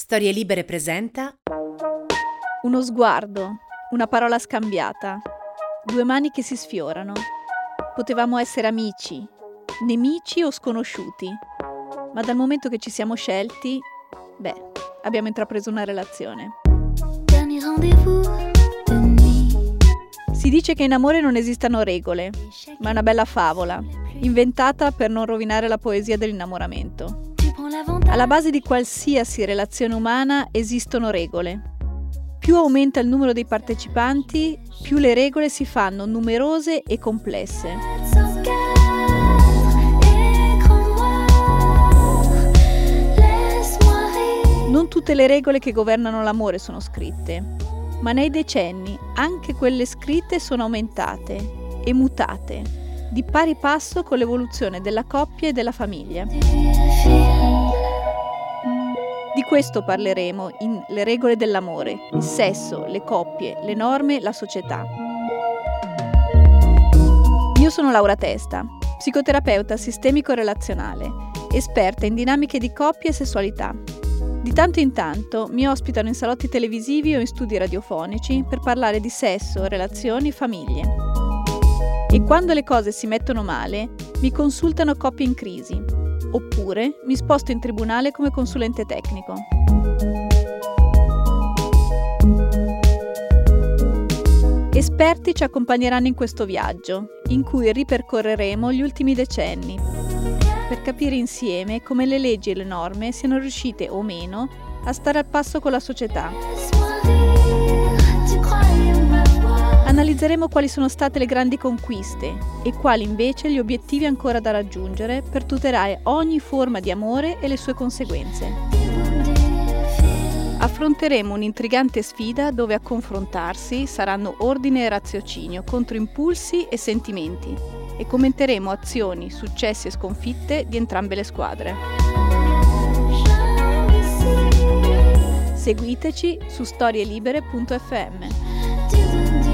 Storie Libere presenta Uno sguardo, una parola scambiata, due mani che si sfiorano. Potevamo essere amici, nemici o sconosciuti, ma dal momento che ci siamo scelti, abbiamo intrapreso una relazione. Si dice che in amore non esistano regole, ma è una bella favola, inventata per non rovinare la poesia dell'innamoramento. Alla base di qualsiasi relazione umana esistono regole. Più aumenta il numero dei partecipanti, più le regole si fanno numerose e complesse. Non tutte le regole che governano l'amore sono scritte, ma nei decenni anche quelle scritte sono aumentate e mutate, di pari passo con l'evoluzione della coppia e della famiglia. Di questo parleremo in Le regole dell'amore, il sesso, le coppie, le norme, la società. Io sono Laura Testa, psicoterapeuta sistemico-relazionale, esperta in dinamiche di coppia e sessualità. Di tanto in tanto mi ospitano in salotti televisivi o in studi radiofonici per parlare di sesso, relazioni, famiglie. E quando le cose si mettono male, mi consultano coppie in crisi. Oppure mi sposto in tribunale come consulente tecnico. Esperti ci accompagneranno in questo viaggio, in cui ripercorreremo gli ultimi decenni, per capire insieme come le leggi e le norme siano riuscite o meno a stare al passo con la società. Analizzeremo quali sono state le grandi conquiste e quali invece gli obiettivi ancora da raggiungere per tutelare ogni forma di amore e le sue conseguenze. Affronteremo un'intrigante sfida dove a confrontarsi saranno ordine e raziocinio contro impulsi e sentimenti e commenteremo azioni, successi e sconfitte di entrambe le squadre. Seguiteci su storielibere.fm.